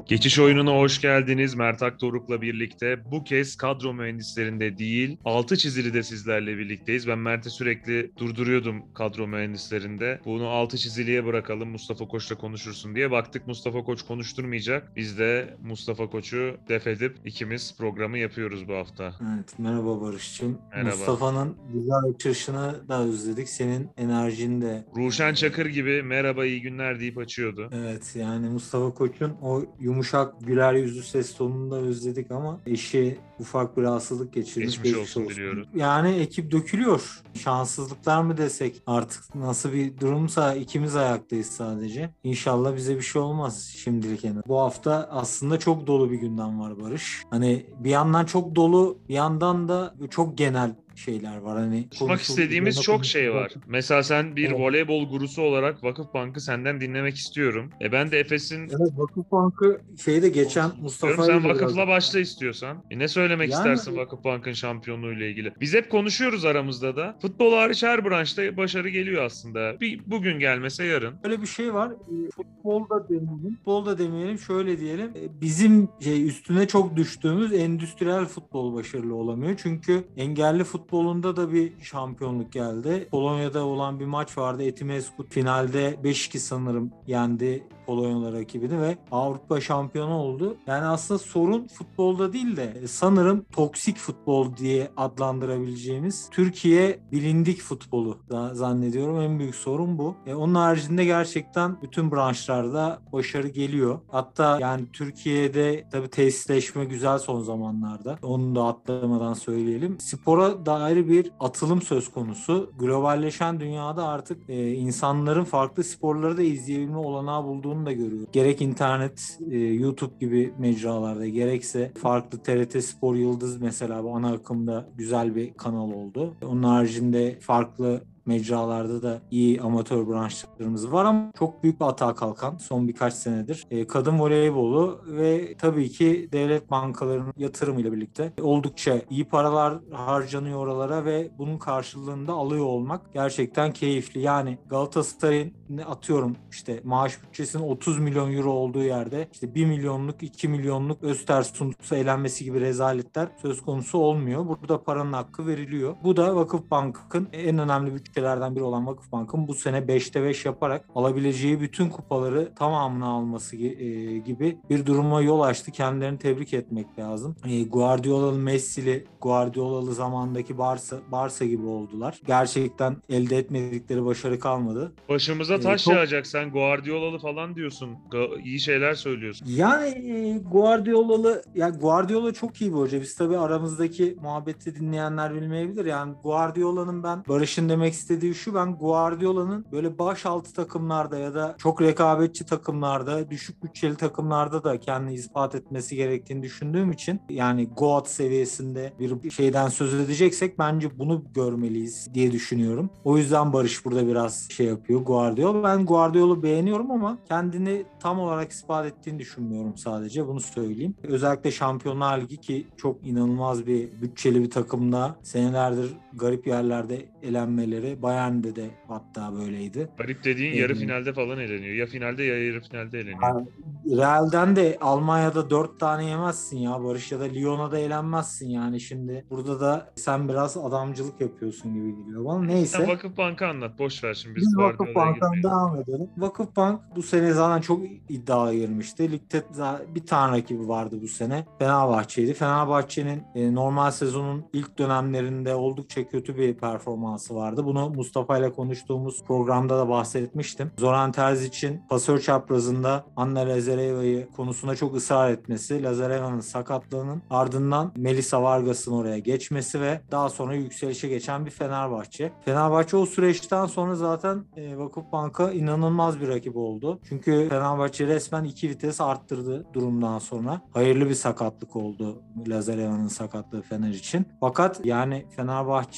Geçiş oyununa hoş geldiniz. Mert Aktoruk'la birlikte bu kez kadro mühendislerinde değil, altı çizilide sizlerle birlikteyiz. Ben Mert'i sürekli durduruyordum kadro mühendislerinde. Bunu altı çiziliye bırakalım, Mustafa Koç'la konuşursun diye. Baktık Mustafa Koç konuşturmayacak. Biz de Mustafa Koç'u def edip ikimiz programı yapıyoruz bu hafta. Evet, merhaba Barış'cığım. Merhaba. Mustafa'nın güzel açılışını da özledik. Senin enerjin de Ruşen Çakır gibi merhaba iyi günler deyip açıyordu. evet, yani Mustafa Koç'un o yumuşak güler yüzlü ses tonunu da özledik ama eşi ufak bir rahatsızlık geçirmiş. Geçmiş Geçmiş olsun olsun. diliyoruz. Yani ekip dökülüyor. Şanssızlıklar mı desek artık nasıl bir durumsa ikimiz ayaktayız sadece. İnşallah bize bir şey olmaz şimdilik yani. Bu hafta aslında çok dolu bir gündem var Barış. Hani bir yandan çok dolu, bir yandan da çok genel şeyler var. Hani Konuşmak istediğimiz üzerine çok şey var. konuşulacak. Mesela sen bir Evet. voleybol gurusu olarak Vakıfbank'ı senden dinlemek istiyorum. Ben de Efes'in Evet, Vakıfbank'ı şeyde geçen olsun istiyorum. Mustafa Sen ile biraz Vakıf'la başla istiyorsan. Ne söylemek yani istersin Vakıfbank'ın şampiyonluğu ile ilgili? Biz hep konuşuyoruz aramızda da. Futbol hariç her branşta başarı geliyor aslında. Bugün gelmese yarın. öyle bir şey var. Futbolda demeyelim, şöyle diyelim. Bizim üstüne çok düştüğümüz endüstriyel futbol başarılı olamıyor. Çünkü engelli futbolunda da bir şampiyonluk geldi. Polonya'da olan bir maç vardı. Etimesgut finalde 5-2 sanırım yendi Polonyalı rakibini ve Avrupa şampiyonu oldu. Yani aslında sorun futbolda değil de sanırım toksik futbol diye adlandırabileceğimiz Türkiye bilindik futbolu da zannediyorum. En büyük sorun bu. Onun haricinde gerçekten bütün branşlarda başarı geliyor. Hatta yani Türkiye'de tabii tesisleşme güzel son zamanlarda. Onu da atlamadan söyleyelim. Spora dair bir atılım söz konusu. Globalleşen dünyada artık insanların farklı sporları da izleyebilme olanağı bulduğunu da görüyor. Gerek internet, YouTube gibi mecralarda gerekse farklı TRT Spor Yıldız mesela bu ana akımda güzel bir kanal oldu. Onun haricinde farklı mecralarda da iyi amatör branşlarımız var ama çok büyük bir atağa kalkan son birkaç senedir kadın voleybolu ve tabii ki devlet bankalarının yatırımıyla birlikte oldukça iyi paralar harcanıyor oralara ve bunun karşılığında alıyor olmak gerçekten keyifli. Yani Galatasaray'ın atıyorum işte maaş bütçesinin 30 milyon euro olduğu yerde işte 1 milyonluk 2 milyonluk Östersund'sa elenmesi gibi rezaletler söz konusu olmuyor. Burada paranın hakkı veriliyor. Bu da Vakıfbank'ın en önemli bütçelerden biri olan Vakıfbank'ın bu sene 5'te 5 yaparak alabileceği bütün kupaları tamamını alması gibi bir duruma yol açtı. Kendilerini tebrik etmek lazım. Guardiola'lı Messi'li, Guardiola'lı zamandaki Barça gibi oldular. Gerçekten elde etmedikleri başarı kalmadı. Başımıza taş Çok yağacak. Sen Guardiola'lı falan diyorsun. İyi şeyler söylüyorsun. yani Guardiola çok iyi bir hoca. Biz tabii aramızdaki muhabbeti dinleyenler bilmeyebilir. Yani Guardiola'nın Barış'ın demek istediği şu, ben Guardiola'nın böyle baş altı takımlarda ya da çok rekabetçi takımlarda, düşük bütçeli takımlarda da kendini ispat etmesi gerektiğini düşündüğüm için yani GOAT seviyesinde bir şeyden söz edeceksek bence bunu görmeliyiz diye düşünüyorum. O yüzden Barış burada biraz şey yapıyor Guardiola. Ben Guardiola'yı beğeniyorum ama kendini tam olarak ispat ettiğini düşünmüyorum sadece. Bunu söyleyeyim. Özellikle Şampiyonlar Ligi ki çok inanılmaz bir bütçeli bir takımda senelerdir garip yerlerde elenmeleri. Bayern'de de hatta böyleydi. Garip dediğin Ee, yarı finalde falan eleniyor. Ya finalde ya yarı finalde eleniyor. Real'den de Almanya'da 4 tane yemezsin ya Barış, ya da Lyon'a da elenmezsin yani. Şimdi burada da sen biraz adamcılık yapıyorsun gibi geliyor bana. Neyse sen Neyse. Vakıfbank'ı anlat. Boş ver şimdi biz Biz Guardiola'ya Vakıfbank'tan girmeyelim. devam edelim. Vakıfbank bu sene zaten çok iddialı girmişti. Ligde bir tane rakibi vardı bu sene. Fenerbahçe'ydi. Fenerbahçe'nin normal sezonun ilk dönemlerinde oldukça kötü bir performansı vardı. Bunu Mustafa ile konuştuğumuz programda da bahsetmiştim. Zoran Terzic'in pasör çaprazında Anna Lazareva'yı konusunda çok ısrar etmesi, Lazareva'nın sakatlığının ardından Melissa Vargas'ın oraya geçmesi ve daha sonra yükselişe geçen bir Fenerbahçe. Fenerbahçe o süreçten sonra zaten Vakıfbank'a inanılmaz bir rakip oldu. Çünkü Fenerbahçe resmen 2 vites arttırdı durumdan sonra. Hayırlı bir sakatlık oldu Lazareva'nın sakatlığı Fener için. Fakat yani Fenerbahçe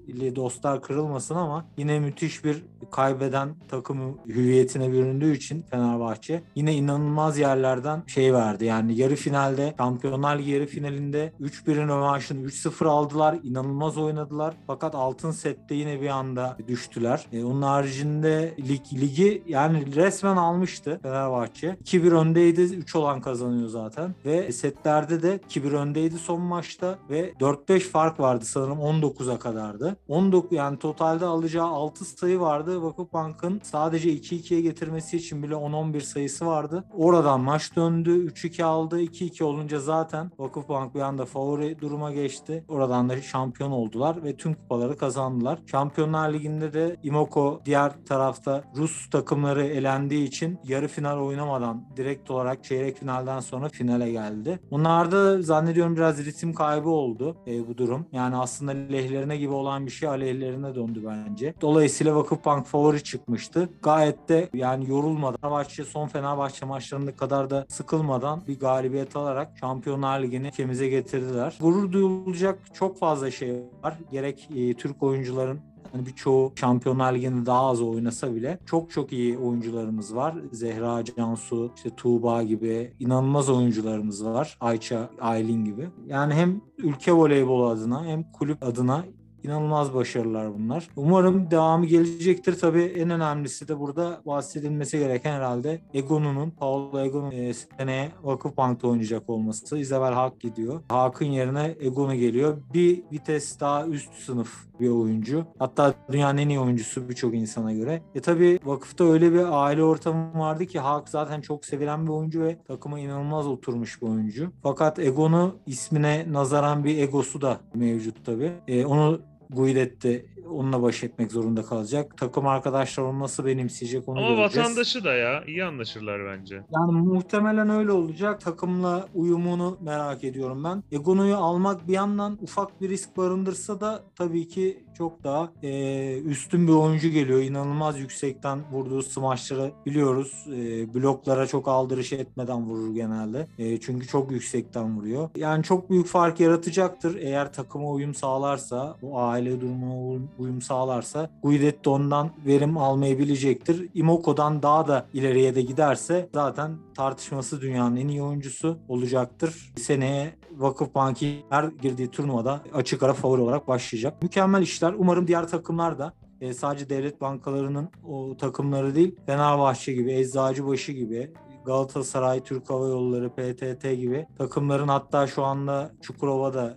Fenerbahçeli dostlar kırılmasın ama yine müthiş bir kaybeden takım hüviyetine büründüğü için Fenerbahçe yine inanılmaz yerlerden verdi. Yani yarı finalde, Şampiyonlar Ligi yarı finalinde 3-1'in rövanşını 3-0 aldılar. İnanılmaz oynadılar. Fakat altın sette yine bir anda düştüler. Onun haricinde ligi yani resmen almıştı Fenerbahçe. 2-1 öndeydi. 3 olan kazanıyor zaten. Ve setlerde de 2-1 öndeydi son maçta ve 4-5 fark vardı sanırım, 19'a kadardı. 19 yani totalde alacağı 6 sayı vardı. Vakıfbank'ın sadece 2-2'ye getirmesi için bile 10-11 sayısı vardı. Oradan maç döndü. 3-2 aldı. 2-2 olunca zaten Vakıfbank bir anda favori duruma geçti. Oradan da şampiyon oldular ve tüm kupaları kazandılar. Şampiyonlar Ligi'nde de Imoko diğer tarafta Rus takımları elendiği için yarı final oynamadan direkt olarak çeyrek finalden sonra finale geldi. Bunlarda zannediyorum biraz ritim kaybı oldu bu durum. Yani aslında lehlerine gibi olan bir şey aleyhlerine döndü bence. Dolayısıyla Vakıfbank favori çıkmıştı. Gayet de yani yorulmadan, son Fenerbahçe maçlarında kadar da sıkılmadan bir galibiyet alarak Şampiyonlar Ligi'ni ülkemize getirdiler. Gurur duyulacak çok fazla şey var. Gerek Türk oyuncuların, hani birçoğu Şampiyonlar Ligi'nde daha az oynasa bile çok çok iyi oyuncularımız var. Zehra, Cansu, işte Tuğba gibi inanılmaz oyuncularımız var. Ayça, Aylin gibi. Yani hem ülke voleybolu adına hem kulüp adına İnanılmaz başarılar bunlar. Umarım devamı gelecektir. Tabii en önemlisi de burada bahsedilmesi gereken herhalde Paolo Egonu'nun seneye Vakıfbank'ta oynayacak olması. Isabel Haak gidiyor. Haak'ın yerine Egonu geliyor. Bir vites daha üst sınıf bir oyuncu. Hatta dünyanın en iyi oyuncusu birçok insana göre. Tabii vakıfta öyle bir aile ortamı vardı ki Haak zaten çok sevilen bir oyuncu ve takıma inanılmaz oturmuş bir oyuncu. Fakat Egonu ismine nazaran bir egosu da mevcut tabii. Onu Guidetti onunla baş etmek zorunda kalacak. Takım arkadaşlar onu nasıl benimseyecek onu Ama göreceğiz. vatandaşı da ya iyi anlaşırlar bence. Yani muhtemelen öyle olacak. Takımla uyumunu merak ediyorum ben. Egonu'yu almak bir yandan ufak bir risk barındırsa da tabii ki çok daha üstün bir oyuncu geliyor. İnanılmaz yüksekten vurduğu smaçları biliyoruz. Bloklara çok aldırış etmeden vurur genelde. Çünkü çok yüksekten vuruyor. Yani çok büyük fark yaratacaktır eğer takıma uyum sağlarsa, o aile durumuna uyum sağlarsa. Guidetti ondan verim almayı bilecektir. Imoko'dan daha da ileriye de giderse zaten tartışması dünyanın en iyi oyuncusu olacaktır. Seneye Vakıfbank'i her girdiği turnuvada açık ara favori olarak başlayacak. Mükemmel işler. Umarım diğer takımlar da sadece devlet bankalarının o takımları değil, Fenerbahçe gibi, Eczacıbaşı gibi, Galatasaray, Türk Hava Yolları, PTT gibi takımların, hatta şu anda Çukurova'da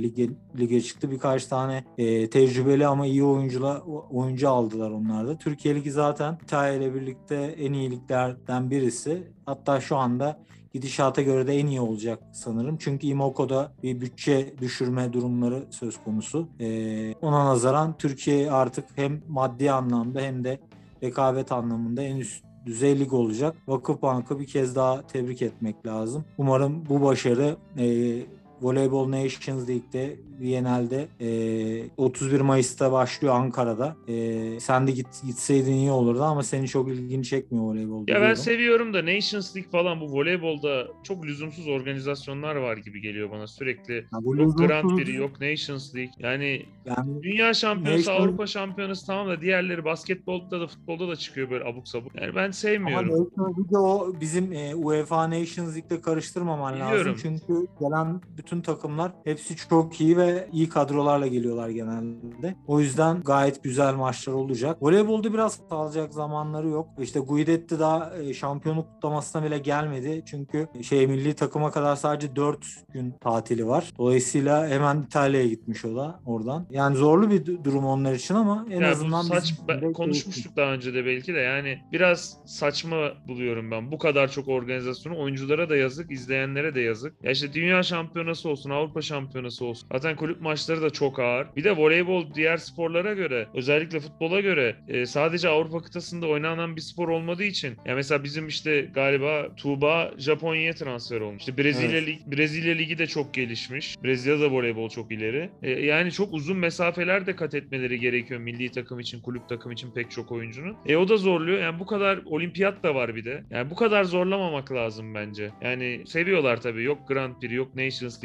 lige çıktı. Birkaç tane tecrübeli ama iyi oyuncu aldılar onlar da. Türkiye Ligi zaten İtalya ile birlikte en iyi liglerden birisi. Hatta şu anda gidişata göre de en iyi olacak sanırım. Çünkü Imoko'da bir bütçe düşürme durumları söz konusu. Ona nazaran Türkiye artık hem maddi anlamda hem de rekabet anlamında en üst düzey lig olacak. Vakıfbank'ı bir kez daha tebrik etmek lazım. Umarım bu başarı Voleybol Nations League'de, Viyana'da 31 Mayıs'ta başlıyor Ankara'da. Sen de gitseydin iyi olurdu ama senin çok ilgini çekmiyor voleybol, Ya biliyorum. ben seviyorum da Nations League falan, bu voleybolda çok lüzumsuz organizasyonlar var gibi geliyor bana sürekli. Yok Grand Prix, yok Nations League. Yani Dünya Şampiyonası, Avrupa Şampiyonası tamam da diğerleri basketbolda da futbolda da çıkıyor böyle abuk sabuk. Yani ben sevmiyorum. Ama Nations League'de o bizim UEFA Nations League'de karıştırmaman Biliyorum. lazım. Çünkü gelen bütün takımlar hepsi çok iyi ve iyi kadrolarla geliyorlar genelde. O yüzden gayet güzel maçlar olacak. Voleybolda biraz kalacak zamanları yok. İşte Guidetti daha şampiyonluk kutlamasına bile gelmedi. Çünkü milli takıma kadar sadece 4 gün tatili var. Dolayısıyla hemen İtalya'ya gitmiş o da oradan. Yani zorlu bir durum onlar için ama en azından konuşmuştuk daha önce de belki de, yani biraz saçma buluyorum ben. Bu kadar çok organizasyonu oyunculara da yazık, izleyenlere de yazık. Ya işte Dünya Şampiyonası olsun, Avrupa Şampiyonası olsun. Zaten kulüp maçları da çok ağır. Bir de voleybol diğer sporlara göre, özellikle futbola göre sadece Avrupa kıtasında oynanan bir spor olmadığı için. Ya mesela bizim işte galiba Tuğba Japonya'ya transfer olmuş. İşte Brezilya Ligi de çok gelişmiş. Brezilya'da voleybol çok ileri. Yani çok uzun mesafeler de kat etmeleri gerekiyor milli takım için, kulüp takım için pek çok oyuncunun. O da zorluyor. Yani bu kadar olimpiyat da var bir de. Yani bu kadar zorlamamak lazım bence. Yani seviyorlar tabii. Yok Grand Prix, yok Nations League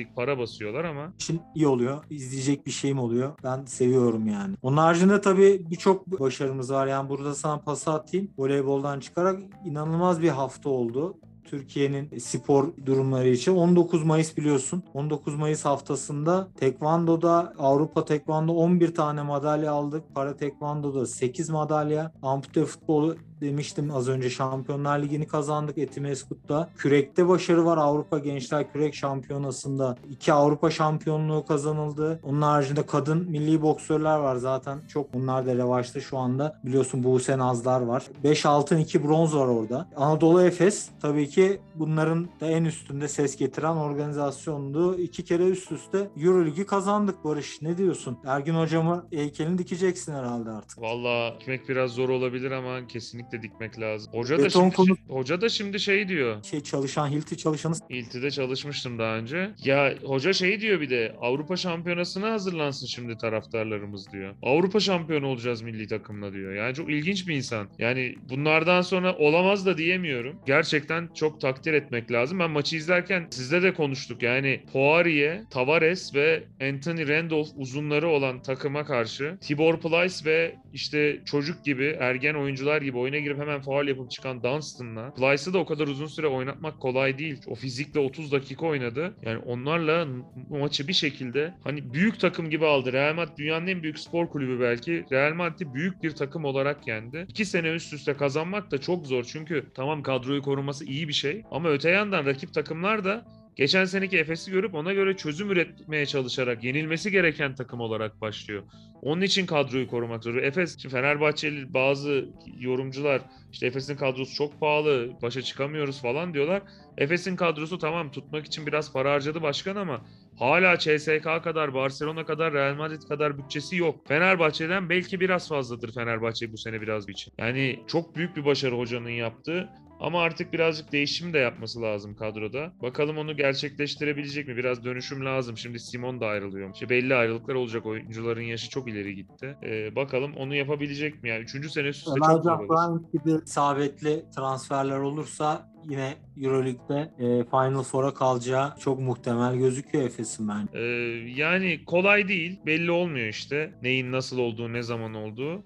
birazcık para basıyorlar ama için iyi oluyor. İzleyecek bir şeyim oluyor. Ben seviyorum yani. Onun haricinde tabii birçok başarımız var. Yani burada sana pas atayım. Voleyboldan çıkarak inanılmaz bir hafta oldu. Türkiye'nin spor durumları için. 19 Mayıs biliyorsun. 19 Mayıs haftasında Tekvando'da Avrupa Tekvando 11 tane madalya aldık. Para Tekvando'da 8 madalya. Ampute futbolu demiştim az önce, Şampiyonlar Ligi'ni kazandık Etimeskut'ta. Kürekte başarı var. Avrupa Gençler Kürek Şampiyonası'nda 2 Avrupa şampiyonluğu kazanıldı. Onun haricinde kadın milli boksörler var zaten. Çok bunlar da revaçta şu anda. Biliyorsun Buse Nazlar var. 5 altın 2 bronz var orada. Anadolu Efes tabii ki bunların da en üstünde ses getiren organizasyondu. 2 kere üst üste Euroligi kazandık Barış. Ne diyorsun? Ergin hocamı heykelini dikeceksin herhalde artık. valla dikmek biraz zor olabilir ama kesinlikle dikmek lazım. Hoca da Beton şimdi konu hoca da şimdi şey diyor. çalışan Hilti çalışanı İlti'de çalışmıştım daha önce. Ya hoca şey diyor, bir de Avrupa Şampiyonası'na hazırlansın şimdi taraftarlarımız diyor. Avrupa şampiyonu olacağız milli takımla diyor. Yani çok ilginç bir insan. Yani bunlardan sonra olamaz da diyemiyorum. Gerçekten çok takdir etmek lazım. Ben maçı izlerken sizle de konuştuk. Yani Poirier, Tavares ve Anthony Randolph uzunları olan takıma karşı Tibor Plyce ve işte çocuk gibi, ergen oyuncular gibi oyuna girip hemen faul yapıp çıkan Dunstan'la, Plyce'ı da o kadar uzun süre oynatmak kolay değil. O fizikle 30 dakika oynadı. Yani onlarla maçı bir şekilde hani büyük takım gibi aldı. Real Madrid dünyanın en büyük spor kulübü belki. Real Madrid'i büyük bir takım olarak yendi. 2 sene üst üste kazanmak da çok zor. Çünkü tamam, kadroyu koruması iyi bir şey. Ama öte yandan rakip takımlar da geçen seneki Efes'i görüp ona göre çözüm üretmeye çalışarak yenilmesi gereken takım olarak başlıyor. Onun için kadroyu korumak zor. Efes, şimdi Fenerbahçeli bazı yorumcular işte Efes'in kadrosu çok pahalı, başa çıkamıyoruz falan diyorlar. Efes'in kadrosu tamam, tutmak için biraz para harcadı başkan ama hala CSKA kadar, Barcelona kadar, Real Madrid kadar bütçesi yok. Fenerbahçe'den belki biraz fazladır Fenerbahçe bu sene biraz için. Yani çok büyük bir başarı hocanın yaptığı. Ama artık birazcık değişim de yapması lazım kadroda. Bakalım onu gerçekleştirebilecek mi? Biraz dönüşüm lazım. Şimdi Simon da ayrılıyor. İşte belli ayrılıklar olacak. Oyuncuların yaşı çok ileri gitti. Bakalım onu yapabilecek mi? Yani 3. sene üst üste Ömer çok zor olur. Can gibi isabetli transferler olursa yine Euroleague'de Final Four'a kalacağı çok muhtemel gözüküyor Efes'in bence. Ee, Yani kolay değil. Belli olmuyor işte. Neyin nasıl olduğu, ne zaman olduğu.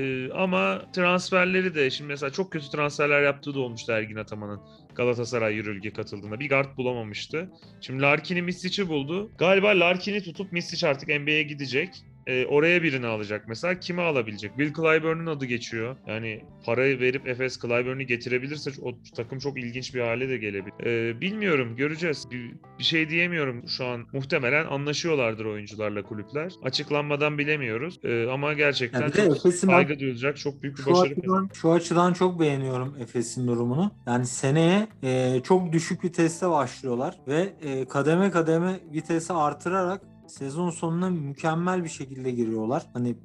Ama transferleri de şimdi mesela çok kötü transferler yaptığı da olmuştu Ergin Ataman'ın. Galatasaray Euroleague'e katıldığında. Bir guard bulamamıştı. Şimdi Larkin'i, Misic'i buldu. Galiba Larkin'i tutup Misic artık NBA'ye gidecek. Oraya birini alacak mesela. Kimi alabilecek? Will Clyburn'un adı geçiyor. Yani parayı verip Efes Clyburn'u getirebilirse o takım çok ilginç bir hale de gelebilir. Bilmiyorum. Göreceğiz. Bir şey diyemiyorum şu an. Muhtemelen anlaşıyorlardır oyuncularla kulüpler. Açıklanmadan bilemiyoruz. Ama Ya gerçekten bir de çok Efes'in bak saygı duyulacak çok büyük bir şu başarı kazandı. açıdan şu açıdan çok beğeniyorum Efes'in durumunu. Yani seneye çok düşük viteste başlıyorlar ve kademe kademe vitesi artırarak sezon sonuna mükemmel bir şekilde giriyorlar. Hani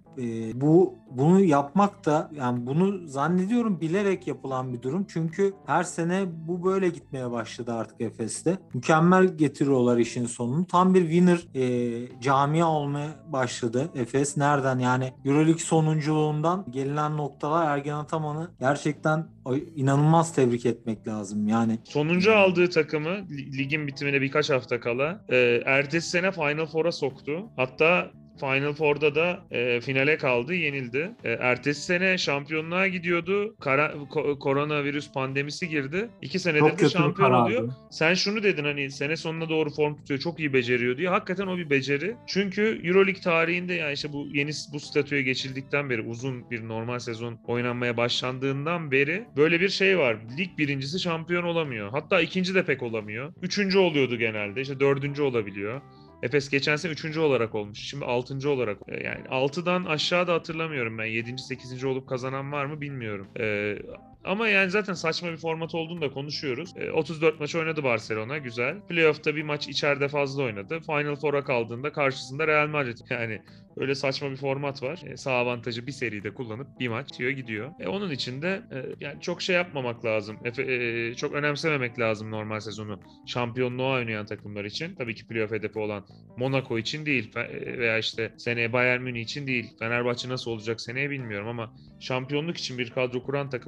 bunu yapmak da, yani bunu zannediyorum bilerek yapılan bir durum. Çünkü her sene bu böyle gitmeye başladı artık Efes'te. Mükemmel getiriyorlar işin sonunu. Tam bir winner camia olmaya başladı Efes. Nereden? Yani EuroLeague sonunculuğundan gelinen noktalar, Ergen Ataman'ı gerçekten inanılmaz tebrik etmek lazım. Yani Sonuncu aldığı takımı ligin bitimine birkaç hafta kala ertesi sene Final Four'a soktu. Hatta Final Four'da da finale kaldı, yenildi. Ertesi sene şampiyonluğa gidiyordu. Koronavirüs pandemisi girdi. 2 senedir çok de kötü bir şampiyon oluyor. karardı. Sen şunu dedin, hani sene sonuna doğru form tutuyor, çok iyi beceriyor diye. Hakikaten o bir beceri. Çünkü EuroLeague tarihinde, yani işte bu statüye geçildikten beri, uzun bir normal sezon oynanmaya başlandığından beri böyle bir şey var. Lig birincisi şampiyon olamıyor. Hatta ikinci de pek olamıyor. Üçüncü oluyordu genelde. İşte dördüncü olabiliyor. Efes geçen sene 3. olarak olmuş. Şimdi 6. olarak. Yani 6'dan aşağı da hatırlamıyorum ben. 7. 8. olup kazanan var mı bilmiyorum. Ama yani zaten saçma bir format olduğunu da konuşuyoruz. 34 maç oynadı Barcelona. Güzel. Playoff'ta bir maç içeride fazla oynadı. Final Four'a kaldığında karşısında Real Madrid. Yani öyle saçma bir format var. Sağ avantajı bir seride kullanıp bir maç gidiyor. Onun için de yani çok şey yapmamak lazım. Çok önemsememek lazım normal sezonu. Şampiyonluğa oynayan takımlar için. Tabii ki playoff hedefi olan Monaco için değil. Veya işte seneye Bayern Münih için değil. Fenerbahçe nasıl olacak seneye bilmiyorum ama şampiyonluk için bir kadro kuran takımın çok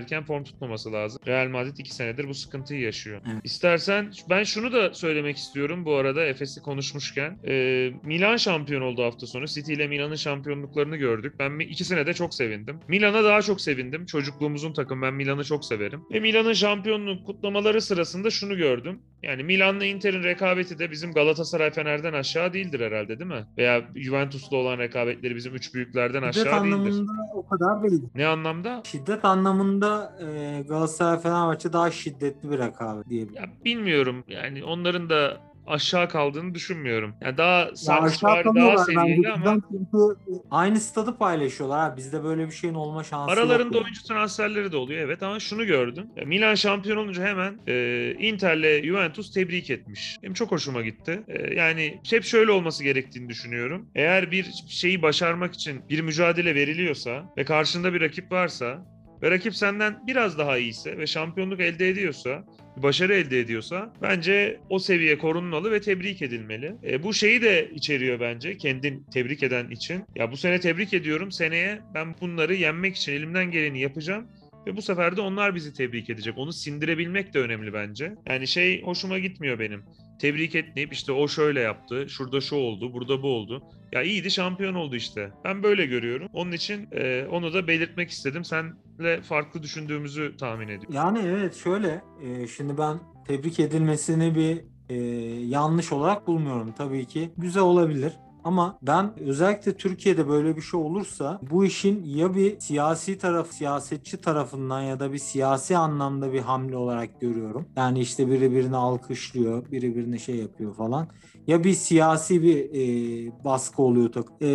giderken form tutmaması lazım. Real Madrid 2 senedir bu sıkıntıyı yaşıyor. Evet. İstersen ben şunu da söylemek istiyorum bu arada Efes'i konuşmuşken. Milan şampiyon oldu hafta sonu. City ile Milan'ın şampiyonluklarını gördük. Ben ikisine de çok sevindim. Milan'a daha çok sevindim. Çocukluğumuzun takım. Ben Milan'ı çok severim. Ve Milan'ın şampiyonluk kutlamaları sırasında şunu gördüm. Yani Milan'la Inter'in rekabeti de bizim Galatasaray Fener'den aşağı değildir herhalde, değil mi? Veya Juventus'la olan rekabetleri bizim üç büyüklerden Şiddet aşağı değildir. anlamında o kadar değil. Ne anlamda? Şiddet anlamında Galatasaray Fenerbahçe daha şiddetli bir rekabet diyebilirim. Ya bilmiyorum. Yani onların da aşağı kaldığını düşünmüyorum. Yani daha Ya aşağı santrafor, daha kalıyorlar bence seviyeli ama bizden çünkü aynı stadı paylaşıyorlar. Ha. Bizde böyle bir şeyin olma şansı yok aralarında yani. oyuncu transferleri de oluyor, evet, ama şunu gördüm. Milan şampiyon olunca hemen Inter'le Juventus tebrik etmiş. Benim çok hoşuma gitti. Yani hep şöyle olması gerektiğini düşünüyorum. Eğer bir şeyi başarmak için bir mücadele veriliyorsa ve karşında bir rakip varsa ve rakip senden biraz daha iyiyse ve şampiyonluk elde ediyorsa, başarı elde ediyorsa bence o seviye korunmalı ve tebrik edilmeli. Bu şeyi de içeriyor bence kendin tebrik eden için. Ya bu sene tebrik ediyorum. Seneye ben bunları yenmek için elimden geleni yapacağım. Ve bu sefer de onlar bizi tebrik edecek. Onu sindirebilmek de önemli bence. Yani şey hoşuma gitmiyor benim. Tebrik etmeyip işte o şöyle yaptı, şurada şu oldu, burada bu oldu. Ya iyiydi, şampiyon oldu işte. Ben böyle görüyorum. Onun için onu da belirtmek istedim. Senle farklı düşündüğümüzü tahmin ediyorum. Yani evet şöyle şimdi ben tebrik edilmesini bir yanlış olarak bulmuyorum. Tabii ki güzel olabilir. Ama ben özellikle Türkiye'de böyle bir şey olursa bu işin ya bir siyasetçi tarafından ya da bir siyasi anlamda bir hamle olarak görüyorum. Yani işte biri birini alkışlıyor, biri birini şey yapıyor falan. Ya bir siyasi bir baskı oluyor.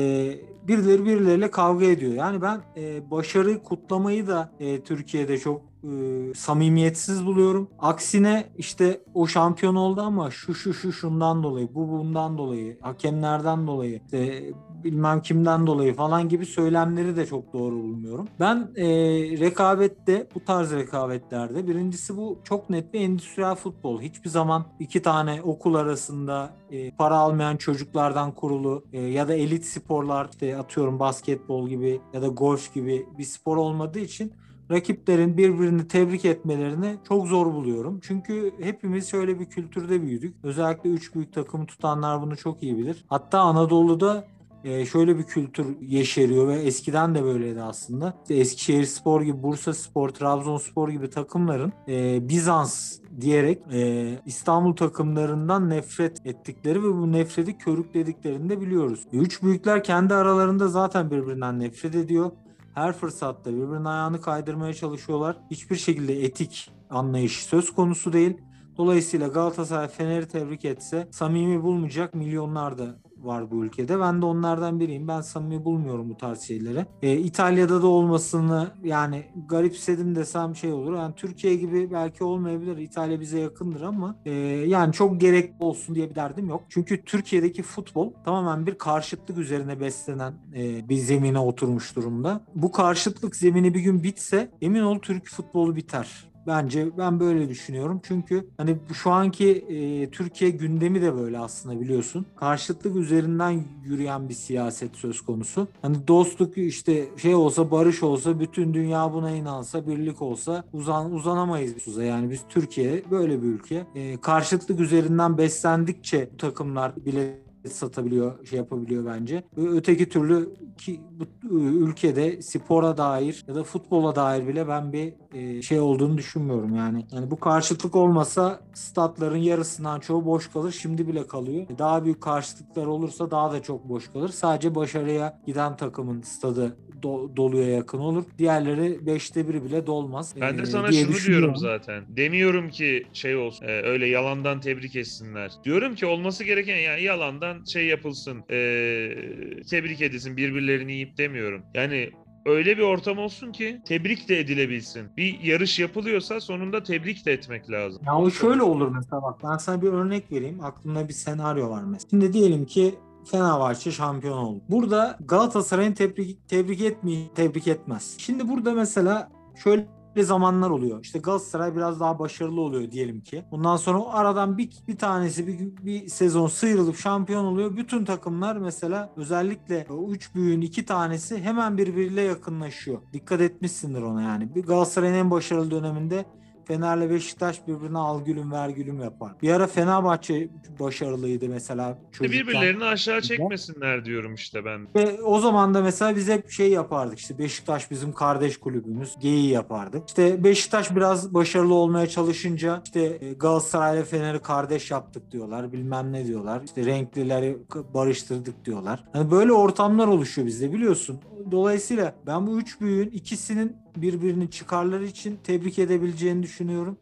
Birileri birileriyle kavga ediyor. Yani ben başarıyı kutlamayı da Türkiye'de çok samimiyetsiz buluyorum. Aksine işte o şampiyon oldu ama şu şundan dolayı, bu bundan dolayı, hakemlerden dolayı, işte bilmem kimden dolayı falan gibi söylemleri de çok doğru bulmuyorum. Ben rekabette, bu tarz rekabetlerde birincisi bu çok net bir endüstriyel futbol. Hiçbir zaman iki tane okul arasında para almayan çocuklardan kurulu ya da elit sporlar, işte atıyorum basketbol gibi ya da golf gibi bir spor olmadığı için rakiplerin birbirini tebrik etmelerini çok zor buluyorum. Çünkü hepimiz şöyle bir kültürde büyüdük. Özellikle üç büyük takımı tutanlar bunu çok iyi bilir. Hatta Anadolu'da şöyle bir kültür yeşeriyor ve eskiden de böyleydi aslında. İşte Eskişehirspor gibi, Bursaspor, Trabzonspor gibi takımların Bizans diyerek İstanbul takımlarından nefret ettikleri ve bu nefreti körüklediklerini de biliyoruz. Üç büyükler kendi aralarında zaten birbirinden nefret ediyor. Her fırsatta birbirinin ayağını kaydırmaya çalışıyorlar. Hiçbir şekilde etik anlayış söz konusu değil. Dolayısıyla Galatasaray Fener'i tebrik etse samimi bulmayacak milyonlar da var bu ülkede. Ben de onlardan biriyim. Ben samimi bulmuyorum bu tarz şeyleri. İtalya'da da olmasını yani garipsedim desem şey olur. Yani Türkiye gibi belki olmayabilir. İtalya bize yakındır ama yani çok gerekli olsun diye bir derdim yok. Çünkü Türkiye'deki futbol tamamen bir karşıtlık üzerine beslenen bir zemine oturmuş durumda. Bu karşıtlık zemini bir gün bitse emin ol Türk futbolu biter. Bence ben böyle düşünüyorum. Çünkü hani şu anki Türkiye gündemi de böyle aslında biliyorsun. Karşıtlık üzerinden yürüyen bir siyaset söz konusu. Hani dostluk işte şey olsa barış olsa bütün dünya buna inansa birlik olsa uzanamayız biz. Yani biz Türkiye böyle bir ülke. Karşıtlık üzerinden beslendikçe bu takımlar bile satabiliyor, şey yapabiliyor bence. Öteki türlü ki bu ülkede spora dair ya da futbola dair bile ben bir şey olduğunu düşünmüyorum yani. Yani bu karşıtlık olmasa statların yarısından çoğu boş kalır. Şimdi bile kalıyor. Daha büyük karşıtlıklar olursa daha da çok boş kalır. Sadece başarıya giden takımın stadı doluya yakın olur. Diğerleri 5'te 1 bile dolmaz Ben de sana diye şunu diyorum düşünüyorum. zaten. Demiyorum ki şey olsun, öyle yalandan tebrik etsinler. Diyorum ki olması gereken yani yalandan şey yapılsın, tebrik edilsin, birbirlerini yiyip demiyorum. Yani öyle bir ortam olsun ki tebrik de edilebilsin. Bir yarış yapılıyorsa sonunda tebrik de etmek lazım. Ya o şöyle olur mesela bak ben sana bir örnek vereyim. Aklımda bir senaryo var mesela. Şimdi diyelim ki Fenerbahçe şampiyon oldu. Burada Galatasaray'ın tebrik etmez. Şimdi burada mesela şöyle zamanlar oluyor. İşte Galatasaray biraz daha başarılı oluyor diyelim ki. Bundan sonra o aradan bir tanesi bir sezon sıyrılıp şampiyon oluyor. Bütün takımlar mesela özellikle o 3 büyüğün 2 tanesi hemen birbiriyle yakınlaşıyor. Dikkat etmişsindir ona yani. Bir Galatasaray'ın en başarılı döneminde Fener'le Beşiktaş birbirine al gülüm ver gülüm yapar. Bir ara Fenerbahçe başarılıydı mesela çocukken. Birbirlerini aşağı çekmesinler diyorum işte ben. Ve o zaman da mesela biz hep şey yapardık, işte Beşiktaş bizim kardeş kulübümüz, geyiği yapardık. İşte Beşiktaş biraz başarılı olmaya çalışınca işte Galatasaray'la Fener'i kardeş yaptık diyorlar, bilmem ne diyorlar. İşte renklileri barıştırdık diyorlar. Hani böyle ortamlar oluşuyor bizde, biliyorsun. Dolayısıyla ben bu üç büyüğün ikisinin birbirini çıkarları için tebrik edebileceğini düşünüyorum.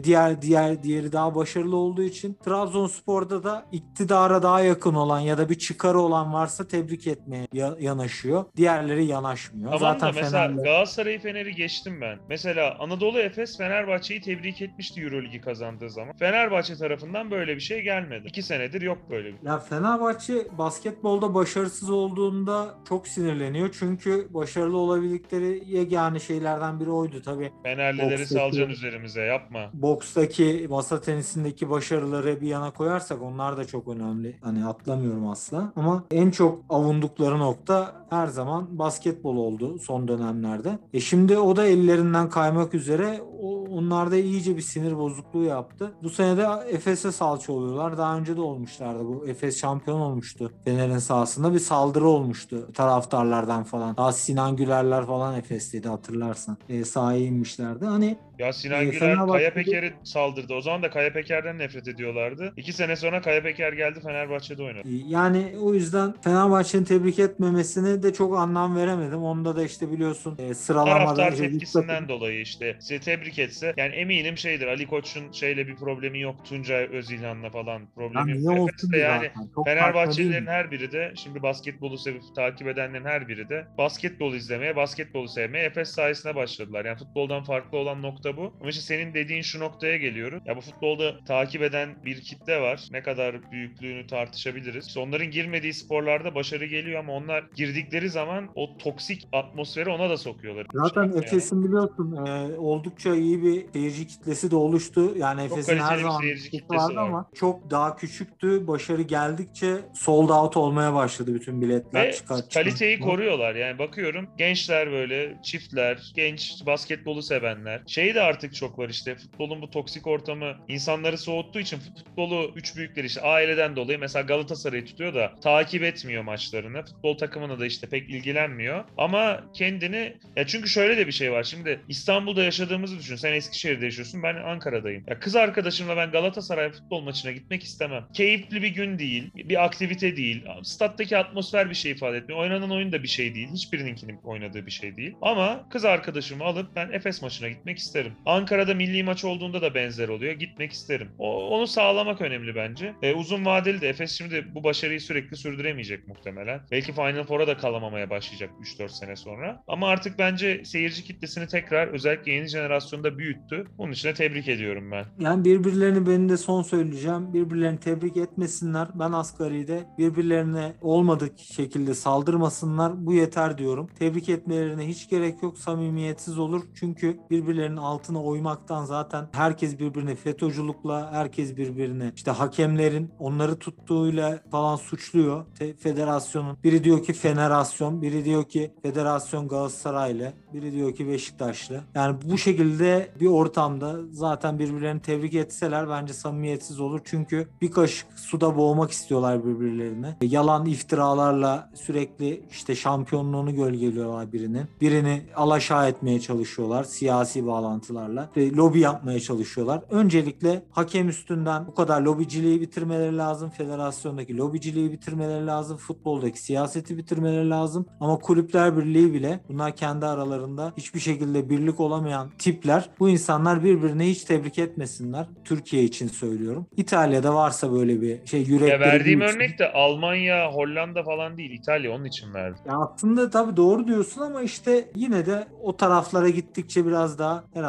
Diğeri daha başarılı olduğu için Trabzonspor'da da iktidara daha yakın olan ya da bir çıkarı olan varsa tebrik etmeye yanaşıyor. Diğerleri yanaşmıyor. Tamam da Zaten mesela Fener'le Galatasaray'ı, Fener'i geçtim ben. Mesela Anadolu Efes Fenerbahçe'yi tebrik etmişti Euroligi kazandığı zaman. Fenerbahçe tarafından böyle bir şey gelmedi. 2 senedir yok böyle bir. ya Fenerbahçe basketbolda başarısız olduğunda çok sinirleniyor. Çünkü başarılı olabildikleri yegane şeylerden biri oydu. Tabii Fenerlileri salacaksın üzerimize, yapma. bokstaki, masa tenisindeki başarıları bir yana koyarsak onlar da çok önemli. Hani atlamıyorum asla. Ama en çok avundukları nokta her zaman basketbol oldu son dönemlerde. Şimdi o da ellerinden kaymak üzere. Onlarda iyice bir sinir bozukluğu yaptı. Bu sene de Efes'e salça oluyorlar. Daha önce de olmuşlardı. Bu Efes şampiyon olmuştu. Fener'in sahasında bir saldırı olmuştu taraftarlardan falan. Daha Sinan Gülerler falan Efes'teydi, hatırlarsan. Sahaya inmişlerdi. Hani Ya Sinan Güler Kaya Fenerbahçe'de Peker'e saldırdı. O zaman da Kaya Peker'den nefret ediyorlardı. 2 sene sonra Kaya Peker geldi, Fenerbahçe'de oynadı. yani o yüzden Fenerbahçe'nin tebrik etmemesine de çok anlam veremedim. Onda da işte biliyorsun sıralamada Taraftar tepkisinden dolayı işte size tebrik etse, yani eminim şeydir, Ali Koç'un şeyle bir problemi yok, Tuncay Özilhan'la falan problemi yok. niye olsun Efes'te ki yani zaten? Çok saçma değil Fenerbahçelilerin mi? her biri de, şimdi basketbolu sevip takip edenlerin her biri de basketbolu izlemeye, basketbolu sevmeye Efes sayesinde başladılar. Yani futboldan farklı olan nokta bu. Ama işte senin dediğin şu noktaya geliyorum. Ya bu futbolda takip eden bir kitle var. Ne kadar büyüklüğünü tartışabiliriz. İşte onların girmediği sporlarda başarı geliyor ama onlar girdikleri zaman o toksik atmosferi ona da sokuyorlar. Şey Zaten yapmayalım. Efes'in biliyorsun oldukça iyi bir seyirci kitlesi de oluştu. Yani Çok Efes'in her kaliteli bir zaman bir seyirci kitlesi kitlesi vardı var. ama çok daha küçüktü. Başarı geldikçe sold out olmaya başladı bütün biletler. Ve Çıkan. kaliteyi koruyorlar. Yani bakıyorum gençler, böyle çiftler, genç basketbolu sevenler. Şey de artık çok var işte, futbolun bu toksik ortamı insanları soğuttuğu için futbolu üç büyükler işte aileden dolayı mesela Galatasaray'ı tutuyor da takip etmiyor maçlarını. Futbol takımına da işte pek ilgilenmiyor. Ama kendini, ya çünkü şöyle de bir şey var. Şimdi İstanbul'da yaşadığımızı düşün. Sen Eskişehir'de yaşıyorsun. Ben Ankara'dayım. Ya kız arkadaşımla ben Galatasaray futbol maçına gitmek istemem. Keyifli bir gün değil. Bir aktivite değil. Stat'taki atmosfer bir şey ifade etmiyor. Oynanan oyun da bir şey değil. Hiçbirininkinin oynadığı bir şey değil. Ama kız arkadaşımı alıp ben Efes maçına gitmek isterim. Ankara'da milli maç olduğunda da benzer oluyor. Gitmek isterim. Onu sağlamak önemli bence. Uzun vadeli de Efes şimdi bu başarıyı sürekli sürdüremeyecek muhtemelen. Belki Final Four'a da kalamamaya başlayacak 3-4 sene sonra. Ama artık bence seyirci kitlesini tekrar özellikle yeni jenerasyonda büyüttü. Bunun için de tebrik ediyorum ben. Yani birbirlerini, benim de son söyleyeceğim, birbirlerini tebrik etmesinler. Ben asgaride birbirlerine olmadık şekilde saldırmasınlar. Bu yeter diyorum. Tebrik etmelerine hiç gerek yok. Samimiyetsiz olur. Çünkü birbirlerinin altına oymaktan zaten herkes birbirini FETÖ'cülükle, herkes birbirini işte hakemlerin onları tuttuğuyla falan suçluyor. Federasyonun. Biri diyor ki Fenerasyon, biri diyor ki Federasyon Galatasaraylı, biri diyor ki Beşiktaşlı. Yani bu şekilde bir ortamda zaten birbirlerini tebrik etseler bence samimiyetsiz olur. Çünkü bir kaşık suda boğmak istiyorlar birbirlerine. Yalan iftiralarla sürekli işte şampiyonluğunu gölgeliyorlar birinin. Birini alaşağı etmeye çalışıyorlar siyasi bağlantılarla. Lobi yapmaya çalışıyorlar. Öncelikle hakem üstünden bu kadar lobiciliği bitirmeleri lazım. Federasyondaki lobiciliği bitirmeleri lazım. Futboldaki siyaseti bitirmeleri lazım. Ama Kulüpler Birliği bile, bunlar kendi aralarında hiçbir şekilde birlik olamayan tipler. Bu insanlar birbirini hiç tebrik etmesinler. Türkiye için söylüyorum. İtalya'da varsa böyle bir şey, Ya yürekleri verdiğim büyüksün. örnek de Almanya, Hollanda falan değil, İtalya, onun için verdim. Ya aslında tabii doğru diyorsun ama işte yine de o taraflara gittikçe biraz daha herhalde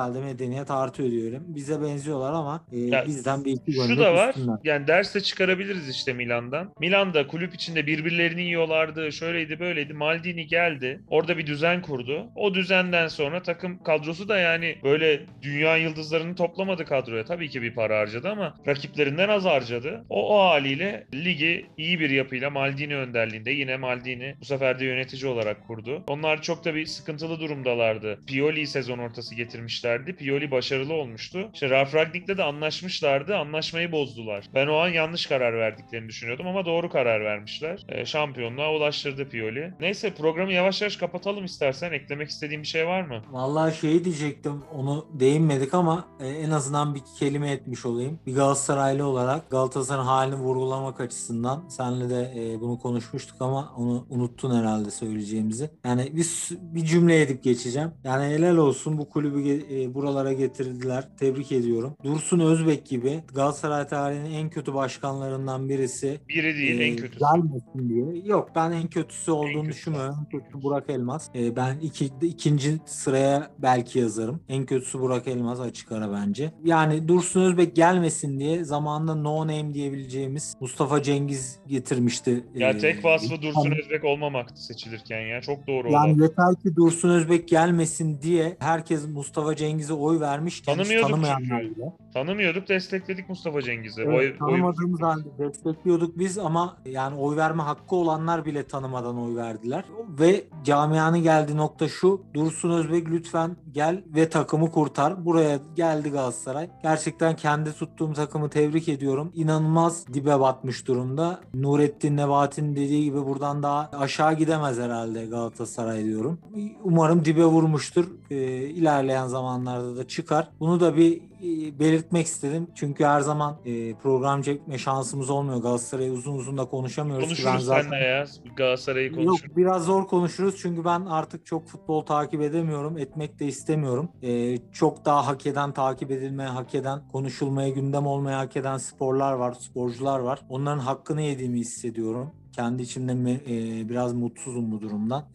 herhalde medeniyet artıyor diyorum. Bize benziyorlar ama Ya bizden bir iki şu gömlek da var. üstünler. Yani ders de çıkarabiliriz işte Milan'dan. Milan'da kulüp içinde birbirlerini yiyorlardı. Şöyleydi böyleydi. Maldini geldi. Orada bir düzen kurdu. O düzenden sonra takım kadrosu da yani böyle dünya yıldızlarını toplamadı kadroya. Tabii ki bir para harcadı ama rakiplerinden az harcadı. O haliyle ligi iyi bir yapıyla Maldini önderliğinde, yine Maldini bu sefer de yönetici olarak kurdu. Onlar çok da bir sıkıntılı durumdalardı. Pioli'yi sezon ortası getirmişlerdi. Pioli başarılı olmuştu. İşte Ralf Rangnick'le de anlaşmışlardı. Anlaşmayı bozdular. Ben o an yanlış karar verdiklerini düşünüyordum ama doğru karar vermişler. Şampiyonluğa ulaştırdı Pioli. Neyse, programı yavaş yavaş kapatalım istersen. Eklemek istediğin bir şey var mı? Vallahi şeyi diyecektim, onu değinmedik ama en azından bir kelime etmiş olayım. Bir Galatasaraylı olarak Galatasaray'ın halini vurgulamak açısından senle de bunu konuşmuştuk ama onu unuttun herhalde söyleyeceğimizi. Yani bir cümle edip geçeceğim. Yani helal olsun, bu kulübü buralara getirdiler. Tebrik ediyorum. Dursun Özbek gibi Galatasaray tarihinin en kötü başkanlarından birisi Biri değil, en kötüsü. gelmesin diye. Yok, ben en kötüsü En olduğunu kötüsü. düşünmüyorum. En kötüsü Burak Elmas. Ben ikinci sıraya belki yazarım. En kötüsü Burak Elmas, açık ara bence. Yani Dursun Özbek gelmesin diye zamanında no name diyebileceğimiz Mustafa Cengiz getirmişti. Ya tek vasfı Dursun Özbek olmamaktı seçilirken ya. Çok doğru o laf. Yani yeter ki Dursun Özbek gelmesin diye herkes Mustafa Cengiz'e oy vermişken hiç Tanımıyorduk tanımayanlar çünkü. bile. Tanımıyorduk, destekledik Mustafa Cengiz'i. Evet, Oyumuzu tanımadığımız halde destekliyorduk biz ama yani oy verme hakkı olanlar bile tanımadan oy verdiler. Ve camianın geldiği nokta şu: Dursun Özbek lütfen gel ve takımı kurtar. Buraya geldi Galatasaray. Gerçekten kendi tuttuğum takımı tebrik ediyorum. İnanılmaz dibe batmış durumda. Nurettin Nebati'nin dediği gibi buradan daha aşağı gidemez herhalde Galatasaray diyorum. Umarım dibe vurmuştur. İlerleyen zamanlarda da çıkar. Bunu da bir belirtmek istedim. Çünkü her zaman program çekme şansımız olmuyor. Galatasaray'ı uzun uzun da konuşamıyoruz ki ben konuşuruz seninle zaten. ya. Galatasaray'ı Yok, konuşuruz. biraz zor konuşuruz çünkü ben artık çok futbol takip edemiyorum. Etmek de istemiyorum. Çok daha hak eden, takip edilmeye hak eden, konuşulmaya, gündem olmaya hak eden sporlar var, sporcular var. Onların hakkını yediğimi hissediyorum. Kendi içimde biraz mutsuzum bu durumdan.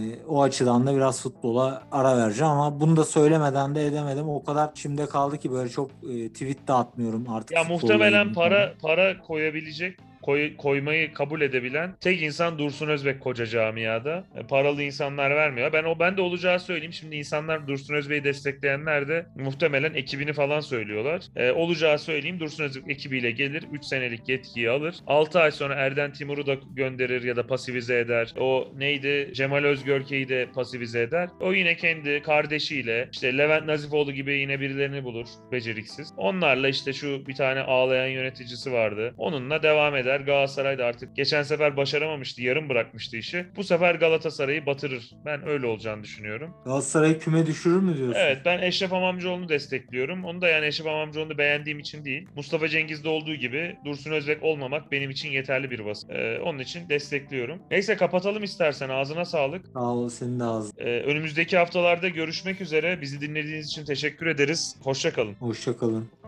O açıdan da biraz futbola ara vereceğim ama bunu da söylemeden de edemedim. O kadar içimde kaldı ki böyle çok tweet de atmıyorum artık Ya futbolla muhtemelen ilgili. para koyabilecek, koymayı kabul edebilen tek insan Dursun Özbek koca camiada. Paralı insanlar vermiyor. Ben de olacağı söyleyeyim. Şimdi insanlar, Dursun Özbek'i destekleyenler de muhtemelen ekibini falan söylüyorlar. Olacağı söyleyeyim. Dursun Özbek ekibiyle gelir. 3 senelik yetkiyi alır. 6 ay sonra Erden Timur'u da gönderir ya da pasifize eder. O neydi? Cemal Özgörke'yi de pasifize eder. O yine kendi kardeşiyle, işte Levent Nazifoğlu gibi yine birilerini bulur. Beceriksiz. Onlarla işte şu bir tane ağlayan yöneticisi vardı. Onunla devam eder. Galatasaray da artık geçen sefer başaramamıştı. Yarım bırakmıştı işi. Bu sefer Galatasaray'ı batırır. Ben öyle olacağını düşünüyorum. Galatasaray küme düşürür mü diyorsun? Evet, ben Eşref Amamcıoğlu'nu destekliyorum. Onu da yani Eşref Amamcıoğlu'nu beğendiğim için değil. Mustafa Cengiz'de olduğu gibi Dursun Özbek olmamak benim için yeterli bir vasıf. Onun için destekliyorum. Neyse, kapatalım istersen. Ağzına sağlık. Sağ ol, senin de ağzın. Önümüzdeki haftalarda görüşmek üzere. Bizi dinlediğiniz için teşekkür ederiz. Hoşça kalın. Hoşça kalın.